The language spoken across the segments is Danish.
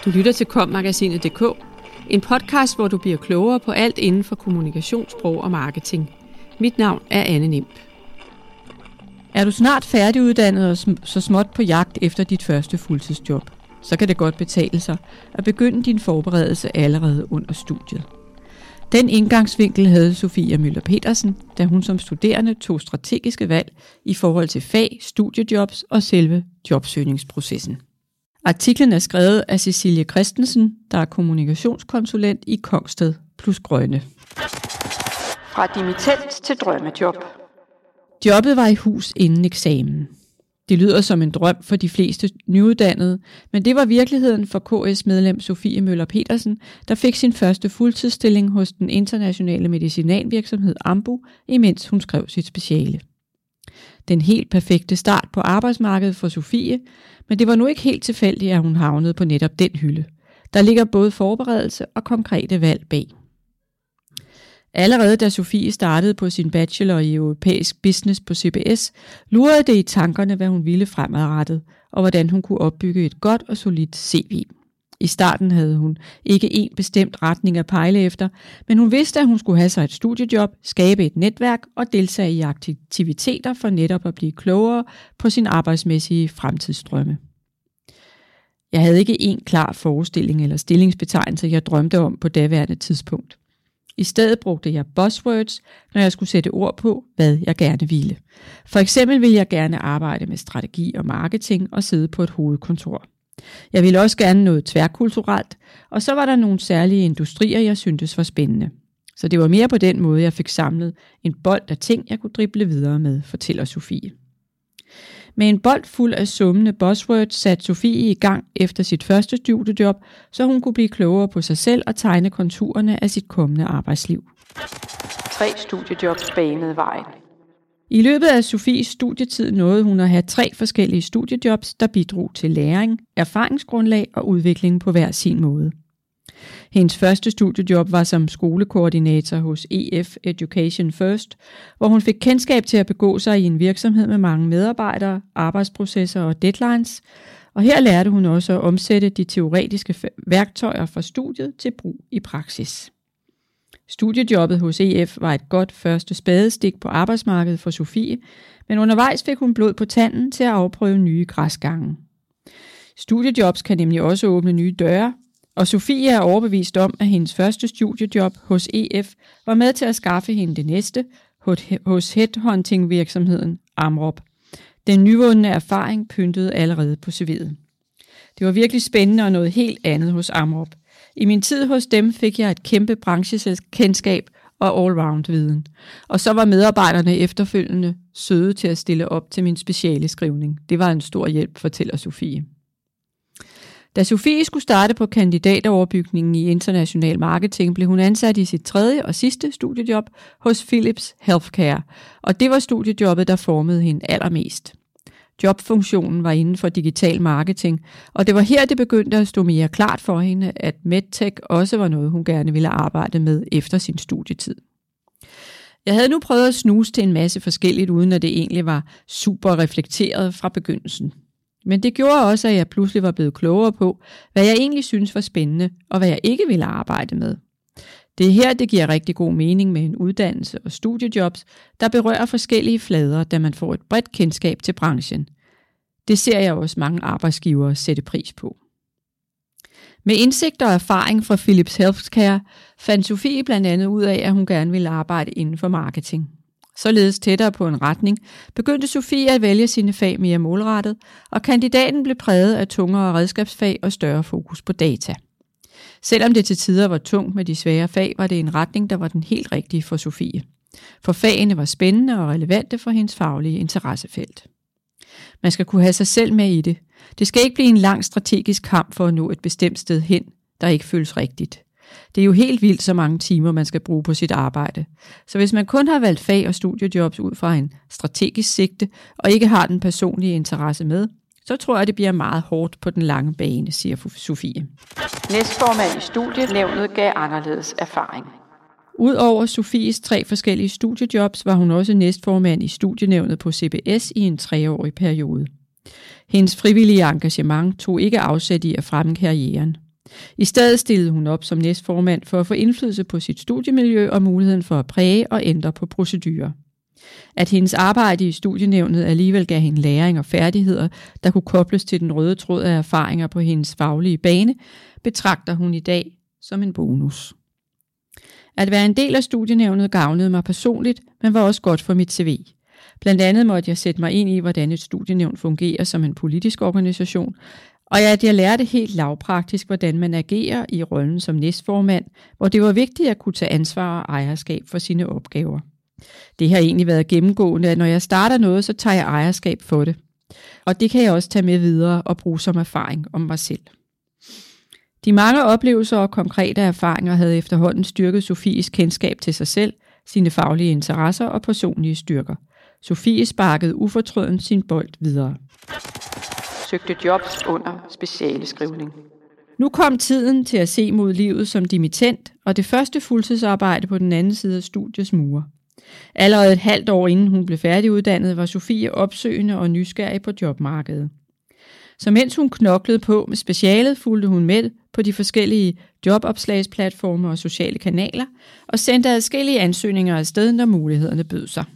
Du lytter til kommagasinet.dk, en podcast, hvor du bliver klogere på alt inden for kommunikationssprog og marketing. Mit navn er Anne Nimp. Er du snart færdiguddannet og så småt på jagt efter dit første fuldtidsjob, så kan det godt betale sig at begynde din forberedelse allerede under studiet. Den indgangsvinkel havde Sofie Møller Petersen, da hun som studerende tog strategiske valg i forhold til fag, studiejobs og selve jobsøgningsprocessen. Artiklen er skrevet af Cecilie Christensen, der er kommunikationskonsulent i Kongsted plus Grønne. Fra dimittend til drømmejob. Jobbet var i hus inden eksamen. Det lyder som en drøm for de fleste nyuddannede, men det var virkeligheden for KS-medlem Sofie Møller Petersen, der fik sin første fuldtidsstilling hos den internationale medicinalvirksomhed Ambu, imens hun skrev sit speciale. Den helt perfekte start på arbejdsmarkedet for Sofie, men det var nu ikke helt tilfældigt, at hun havnede på netop den hylde. Der ligger både forberedelse og konkrete valg bag. Allerede da Sofie startede på sin bachelor i europæisk business på CBS, lurede det i tankerne, hvad hun ville fremadrettet, og hvordan hun kunne opbygge et godt og solidt CV. I starten havde hun ikke en bestemt retning at pejle efter, men hun vidste, at hun skulle have sig et studiejob, skabe et netværk og deltage i aktiviteter for netop at blive klogere på sin arbejdsmæssige fremtidsdrømme. Jeg havde ikke en klar forestilling eller stillingsbetegnelse, jeg drømte om på daværende tidspunkt. I stedet brugte jeg buzzwords, når jeg skulle sætte ord på, hvad jeg gerne ville. For eksempel ville jeg gerne arbejde med strategi og marketing og sidde på et hovedkontor. Jeg ville også gerne noget tværkulturelt, og så var der nogle særlige industrier, jeg syntes var spændende. Så det var mere på den måde, jeg fik samlet en bold af ting, jeg kunne drible videre med, fortæller Sofie. Med en bold fuld af summende buzzwords satte Sofie i gang efter sit første studiejob, så hun kunne blive klogere på sig selv og tegne konturerne af sit kommende arbejdsliv. 3 studiejobs banede vejen. I løbet af Sofies studietid nåede hun at have 3 forskellige studiejobs, der bidrog til læring, erfaringsgrundlag og udvikling på hver sin måde. Hendes første studiejob var som skolekoordinator hos EF Education First, hvor hun fik kendskab til at begå sig i en virksomhed med mange medarbejdere, arbejdsprocesser og deadlines, og her lærte hun også at omsætte de teoretiske værktøjer fra studiet til brug i praksis. Studiejobbet hos EF var et godt første spadestik på arbejdsmarkedet for Sofie, men undervejs fik hun blod på tanden til at afprøve nye græsgange. Studiejobs kan nemlig også åbne nye døre, og Sofie er overbevist om, at hendes første studiejob hos EF var med til at skaffe hende det næste hos headhunting-virksomheden Amrop. Den nyvundne erfaring pyntede allerede på CV'et. Det var virkelig spændende og noget helt andet hos Amrop. I min tid hos dem fik jeg et kæmpe branchekendskab og allround-viden. Og så var medarbejderne efterfølgende søde til at stille op til min speciale skrivning. Det var en stor hjælp, fortæller Sofie. Da Sofie skulle starte på kandidatoverbygningen i international marketing, blev hun ansat i sit 3. og sidste studiejob hos Philips Healthcare, og det var studiejobbet, der formede hende allermest. Jobfunktionen var inden for digital marketing, og det var her, det begyndte at stå mere klart for hende, at medtech også var noget, hun gerne ville arbejde med efter sin studietid. Jeg havde nu prøvet at snuse til en masse forskelligt, uden at det egentlig var super reflekteret fra begyndelsen. Men det gjorde også, at jeg pludselig var blevet klogere på, hvad jeg egentlig synes var spændende, og hvad jeg ikke ville arbejde med. Det er her, det giver rigtig god mening med en uddannelse og studiejobs, der berører forskellige flader, da man får et bredt kendskab til branchen. Det ser jeg også mange arbejdsgivere sætte pris på. Med indsigt og erfaring fra Philips Healthcare fandt Sofie blandt andet ud af, at hun gerne ville arbejde inden for marketing. Således tættere på en retning, begyndte Sofie at vælge sine fag mere målrettet, og kandidaten blev præget af tungere redskabsfag og større fokus på data. Selvom det til tider var tungt med de svære fag, var det en retning, der var den helt rigtige for Sofie. For fagene var spændende og relevante for hendes faglige interessefelt. Man skal kunne have sig selv med i det. Det skal ikke blive en lang strategisk kamp for at nå et bestemt sted hen, der ikke føles rigtigt. Det er jo helt vildt, så mange timer man skal bruge på sit arbejde. Så hvis man kun har valgt fag og studiejobs ud fra en strategisk sigte, og ikke har den personlige interesse med, så tror jeg, det bliver meget hårdt på den lange bane, siger Sofie. Næstformand i studienævnet gav anderledes erfaring. Udover Sofies 3 forskellige studiejobs, var hun også næstformand i studienævnet på CBS i en 3-årig periode. Hendes frivillige engagement tog ikke afsæt i at fremme karrieren. I stedet stillede hun op som næstformand for at få indflydelse på sit studiemiljø og muligheden for at præge og ændre på procedurer. At hendes arbejde i studienævnet alligevel gav hende læring og færdigheder, der kunne kobles til den røde tråd af erfaringer på hendes faglige bane, betragter hun i dag som en bonus. At være en del af studienævnet gavnede mig personligt, men var også godt for mit CV. Blandt andet måtte jeg sætte mig ind i, hvordan et studienævn fungerer som en politisk organisation, og at jeg lærte helt lavpraktisk, hvordan man agerer i rollen som næstformand, hvor det var vigtigt at kunne tage ansvar og ejerskab for sine opgaver. Det har egentlig været gennemgående, at når jeg starter noget, så tager jeg ejerskab for det. Og det kan jeg også tage med videre og bruge som erfaring om mig selv. De mange oplevelser og konkrete erfaringer havde efterhånden styrket Sofies kendskab til sig selv, sine faglige interesser og personlige styrker. Sofie sparkede ufortrødent sin bold videre. Søgte jobs under specialeskrivning. Nu kom tiden til at se mod livet som dimittent og det første fuldtidsarbejde på den anden side af studiets mure. Allerede et halvt år inden hun blev færdiguddannet, var Sofie opsøgende og nysgerrig på jobmarkedet. Så mens hun knoklede på med specialet, fulgte hun med på de forskellige jobopslagsplatforme og sociale kanaler og sendte adskillige ansøgninger afsted, når mulighederne bød sig.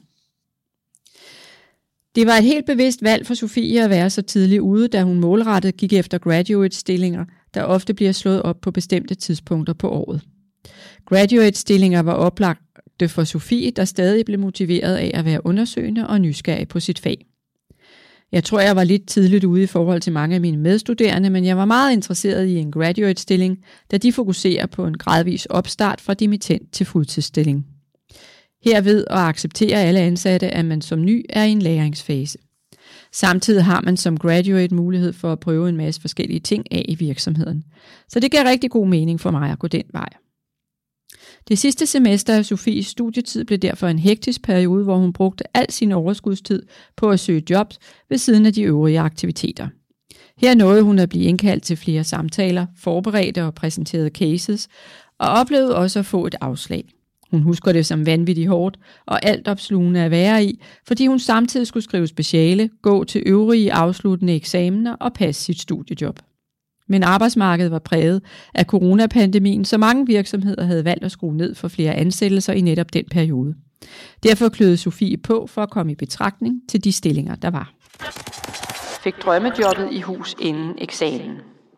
Det var et helt bevidst valg for Sofie at være så tidligt ude, da hun målrettet gik efter graduate-stillinger, der ofte bliver slået op på bestemte tidspunkter på året. Graduate-stillinger var oplagte for Sofie, der stadig blev motiveret af at være undersøgende og nysgerrig på sit fag. Jeg tror, jeg var lidt tidligt ude i forhold til mange af mine medstuderende, men jeg var meget interesseret i en graduate-stilling, da de fokuserer på en gradvis opstart fra dimittent til fuldtidsstilling. Herved at acceptere alle ansatte, at man som ny er i en læringsfase. Samtidig har man som graduate mulighed for at prøve en masse forskellige ting af i virksomheden. Så det gav rigtig god mening for mig at gå den vej. Det sidste semester af Sofies studietid blev derfor en hektisk periode, hvor hun brugte al sin overskudstid på at søge jobs ved siden af de øvrige aktiviteter. Her nåede hun at blive indkaldt til flere samtaler, forberedte og præsenterede cases, og oplevede også at få et afslag. Hun husker det som vanvittigt hårdt og altopslugende at være i, fordi hun samtidig skulle skrive speciale, gå til øvrige afsluttende eksamener og passe sit studiejob. Men arbejdsmarkedet var præget af coronapandemien, så mange virksomheder havde valgt at skrue ned for flere ansættelser i netop den periode. Derfor kløede Sofie på for at komme i betragtning til de stillinger, der var. Fik drømmejobbet i hus inden eksamen.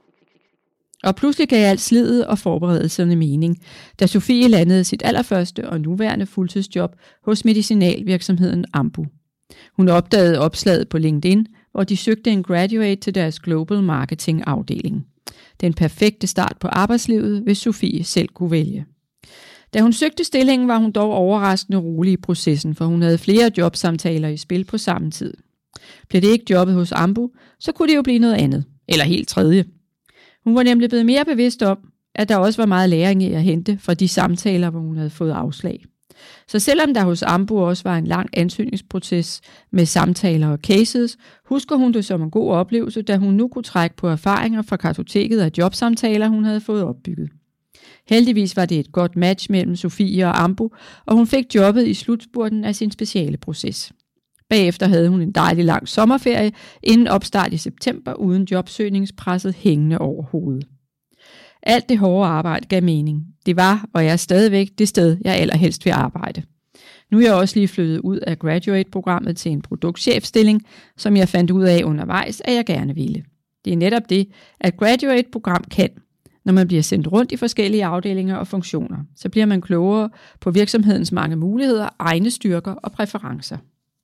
Og pludselig gav alt slidet og forberedelserne mening, da Sofie landede sit allerførste og nuværende fuldtidsjob hos medicinalvirksomheden Ambu. Hun opdagede opslaget på LinkedIn, hvor de søgte en graduate til deres Global Marketing afdeling. Den perfekte start på arbejdslivet, hvis Sofie selv kunne vælge. Da hun søgte stillingen, var hun dog overraskende rolig i processen, for hun havde flere jobsamtaler i spil på samme tid. Blev det ikke jobbet hos Ambu, så kunne det jo blive noget andet, eller helt tredje. Hun var nemlig blevet mere bevidst om, at der også var meget læring i at hente fra de samtaler, hvor hun havde fået afslag. Så selvom der hos Ambu også var en lang ansøgningsproces med samtaler og cases, husker hun det som en god oplevelse, da hun nu kunne trække på erfaringer fra kartoteket af jobsamtaler, hun havde fået opbygget. Heldigvis var det et godt match mellem Sofie og Ambu, og hun fik jobbet i slutspurten af sin speciale proces. Bagefter havde hun en dejlig lang sommerferie inden opstart i september uden jobsøgningspresset hængende over hovedet. Alt det hårde arbejde gav mening. Det var og er stadigvæk det sted, jeg allerhelst vil arbejde. Nu er jeg også lige flyttet ud af graduate-programmet til en produktchefstilling, som jeg fandt ud af undervejs, at jeg gerne ville. Det er netop det, at graduate-program kan. Når man bliver sendt rundt i forskellige afdelinger og funktioner, så bliver man klogere på virksomhedens mange muligheder, egne styrker og præferencer.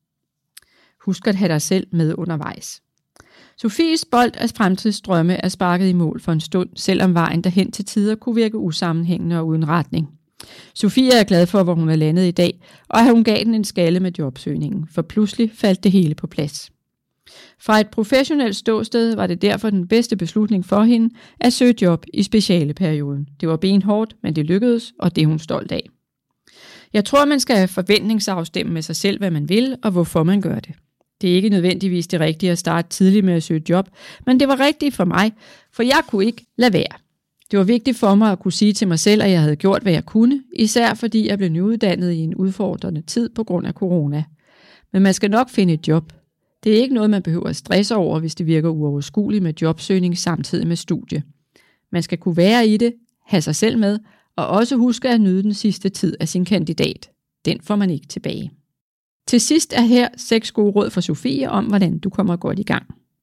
Husk at have dig selv med undervejs. Sofies bold af fremtidsdrømme er sparket i mål for en stund, selvom vejen derhen til tider kunne virke usammenhængende og uden retning. Sofie er glad for, hvor hun er landet i dag, og hun gav den en skalle med jobsøgningen, for pludselig faldt det hele på plads. Fra et professionelt ståsted var det derfor den bedste beslutning for hende at søge job i specialeperioden. Det var benhårdt, men det lykkedes, og det er hun stolt af. Jeg tror, man skal forventningsafstemme med sig selv, hvad man vil og hvorfor man gør det. Det er ikke nødvendigvis det rigtige at starte tidligt med at søge job, men det var rigtigt for mig, for jeg kunne ikke lade være. Det var vigtigt for mig at kunne sige til mig selv, at jeg havde gjort, hvad jeg kunne, især fordi jeg blev nyuddannet i en udfordrende tid på grund af corona. Men man skal nok finde et job. Det er ikke noget, man behøver at stresse over, hvis det virker uoverskueligt med jobsøgning samtidig med studie. Man skal kunne være i det, have sig selv med, og også huske at nyde den sidste tid af sin kandidat. Den får man ikke tilbage. Til sidst er her 6 gode råd fra Sofie om, hvordan du kommer godt i gang.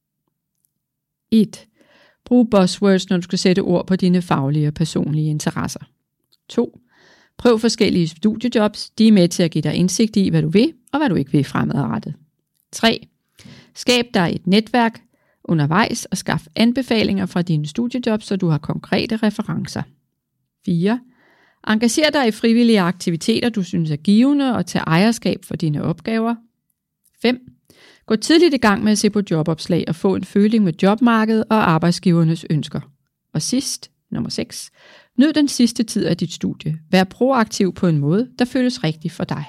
1. Brug buzzwords, når du skal sætte ord på dine faglige og personlige interesser. 2. Prøv forskellige studiejobs. De er med til at give dig indsigt i, hvad du vil, og hvad du ikke vil fremadrettet. 3. Skab dig et netværk undervejs og skaf anbefalinger fra dine studiejobs, så du har konkrete referencer. 4. Engager dig i frivillige aktiviteter, du synes er givende, og tag ejerskab for dine opgaver. 5. Gå tidligt i gang med at se på jobopslag og få en føling med jobmarkedet og arbejdsgivernes ønsker. Og sidst, nummer 6. Nyd den sidste tid af dit studie. Vær proaktiv på en måde, der føles rigtig for dig.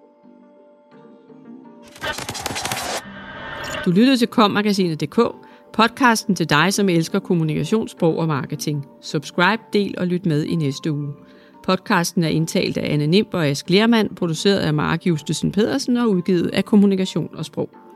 Du lyttede til kommagasinet.dk, podcasten til dig, som elsker kommunikation, sprog og marketing. Subscribe, del og lyt med i næste uge. Podcasten er indtalt af Anne Nimb og Ask Lermand, produceret af Mark Justesen Pedersen og udgivet af Kommunikation og Sprog.